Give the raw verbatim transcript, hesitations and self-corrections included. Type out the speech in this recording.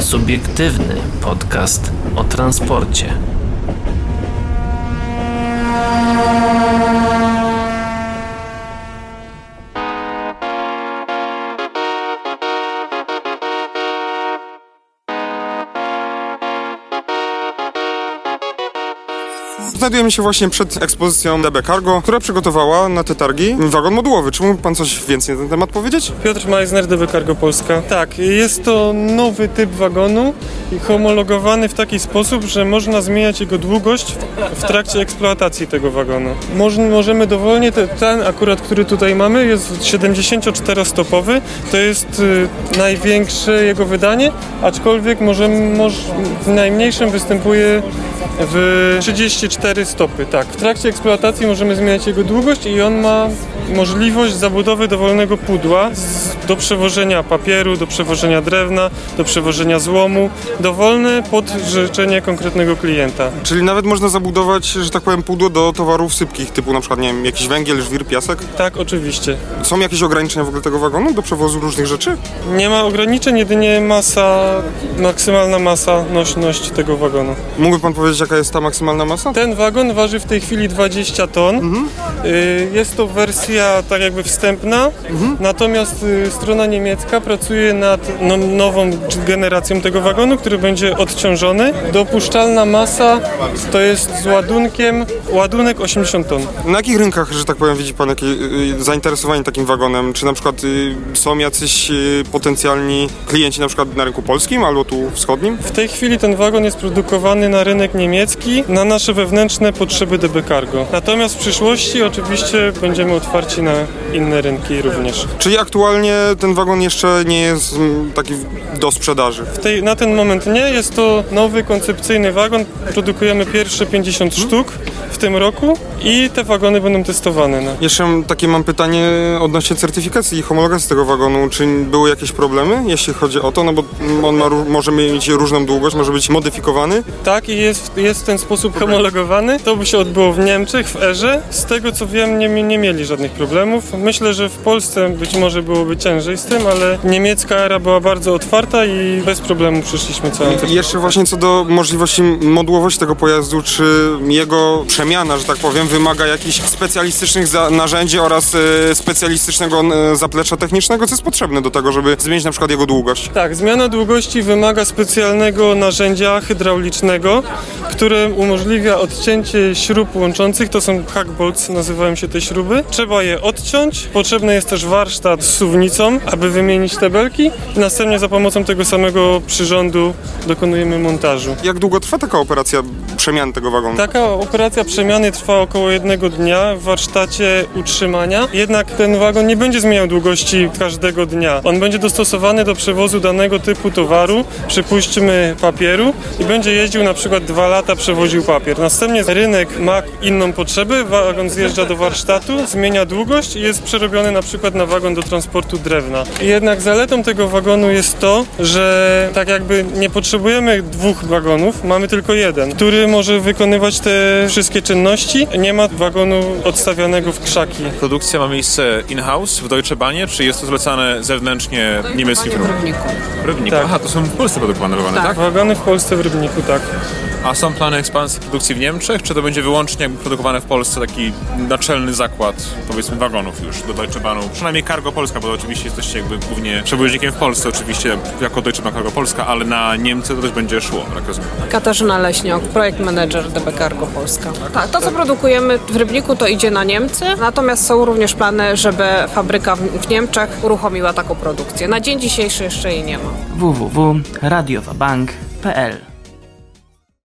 Subiektywny podcast o transporcie. Znajdujemy się właśnie przed ekspozycją D B Cargo, która przygotowała na te targi wagon modułowy. Czy mógłby pan coś więcej na ten temat powiedzieć? Piotr Meissner, D B Cargo Polska. Tak, jest to nowy typ wagonu i homologowany w taki sposób, że można zmieniać jego długość w, w trakcie eksploatacji tego wagonu. Moż, możemy dowolnie, te, ten akurat, który tutaj mamy, jest siedemdziesięcioczterostopowy. To jest y, największe jego wydanie, aczkolwiek możemy, moż, w najmniejszym występuje w trzydzieści cztery stopy, tak. W trakcie eksploatacji możemy zmieniać jego długość i on ma możliwość zabudowy dowolnego pudła z, do przewożenia papieru, do przewożenia drewna, do przewożenia złomu, dowolne pod życzenie konkretnego klienta. Czyli nawet można zabudować, że tak powiem, pudło do towarów sypkich, typu na przykład, nie wiem, jakiś węgiel, żwir, piasek? Tak, oczywiście. Są jakieś ograniczenia w ogóle tego wagonu do przewozu różnych rzeczy? Nie ma ograniczeń, jedynie masa, maksymalna masa, nośność tego wagonu. Mógłby pan powiedzieć, jaka jest ta maksymalna masa? Ten wagon waży w tej chwili dwadzieścia ton. Mhm. Jest to wersja tak jakby wstępna, mhm. natomiast strona niemiecka pracuje nad no, nową generacją tego wagonu, który będzie odciążony. Dopuszczalna masa to jest z ładunkiem, ładunek osiemdziesiąt ton. Na jakich rynkach, że tak powiem, widzi pan jakie y, zainteresowanie takim wagonem? Czy na przykład y, są jacyś y, potencjalni klienci na przykład na rynku polskim albo tu wschodnim? W tej chwili ten wagon jest produkowany na rynek niemiecki, na nasze wewnętrzne potrzeby D B Cargo. Natomiast w przyszłości oczywiście będziemy otwarci na inne rynki również. Czyli aktualnie ten wagon jeszcze nie jest m, taki do sprzedaży? W tej, na ten moment nie. Jest to nowy, koncepcyjny wagon. Produkujemy pierwsze pięćdziesiąt hmm. sztuk w tym roku i te wagony będą testowane. No. Jeszcze takie mam pytanie odnośnie certyfikacji i homologacji tego wagonu. Czy były jakieś problemy, jeśli chodzi o to? No bo on ma, może mieć różną długość, może być modyfikowany? Tak, i jest, jest w ten sposób homologowany. To by się odbyło w Niemczech, w Erze. Z tego co wiem, nie, nie mieli żadnych problemów. Myślę, że w Polsce być może byłoby ciężej z tym, ale niemiecka Era była bardzo otwarta i bez problemu przeszliśmy całą tę. I jeszcze właśnie co do możliwości modułowości tego pojazdu, czy jego przemiana, że tak powiem, wymaga jakichś specjalistycznych za- narzędzi oraz e, specjalistycznego e, zaplecza technicznego, co jest potrzebne do tego, żeby zmienić na przykład jego długość? Tak, zmiana długości wymaga specjalnego narzędzia hydraulicznego, które umożliwia odcięcie śrub łączących. To są hackbolts, nazywają się te śruby. Trzeba je odciąć. Potrzebny jest też warsztat z suwnicą, aby wymienić te belki i następnie za pomocą tego samego przyrządu dokonujemy montażu. Jak długo trwa taka operacja przemiany tego wagonu? Taka operacja przemiany trwa około jednego dnia w warsztacie utrzymania. Jednak ten wagon nie będzie zmieniał długości każdego dnia. On będzie dostosowany do przewozu danego typu towaru, przypuśćmy papieru, i będzie jeździł na przykład dwa lata, przewoził papier. Następnie rynek ma inną potrzebę, wagon zjeżdża do warsztatu, zmienia długość i jest przerobiony na przykład na wagon do transportu drewna. I jednak zaletą tego wagonu jest to, że tak jakby nie potrzebujemy dwóch wagonów, mamy tylko jeden, który może wykonywać te wszystkie czynności. Nie ma wagonu odstawionego w krzaki. Produkcja ma miejsce in-house w Deutsche Bahnie, czy jest to zlecane zewnętrznie niemieckim firmom? W Rybniku. W Rybniku. Tak. Aha, to są w Polsce produkowane wagony, tak? Tak, wagony w Polsce w Rybniku, tak. A są plany ekspansji produkcji w Niemczech, czy to będzie wyłącznie jakby produkowane w Polsce taki naczelny zakład, powiedzmy, wagonów już do Deutsche Bahnu? Przynajmniej Cargo Polska, bo oczywiście jesteście jakby głównie przewoźnikiem w Polsce, oczywiście jako Deutsche Bahn Cargo Polska, ale na Niemcy to też będzie szło, tak rozumiem. Katarzyna Leśniok, projekt manager D B Cargo Polska. Tak, to co produkujemy w Rybniku to idzie na Niemcy, natomiast są również plany, żeby fabryka w Niemczech uruchomiła taką produkcję. Na dzień dzisiejszy jeszcze jej nie ma. w w w kropka radiowabank kropka p l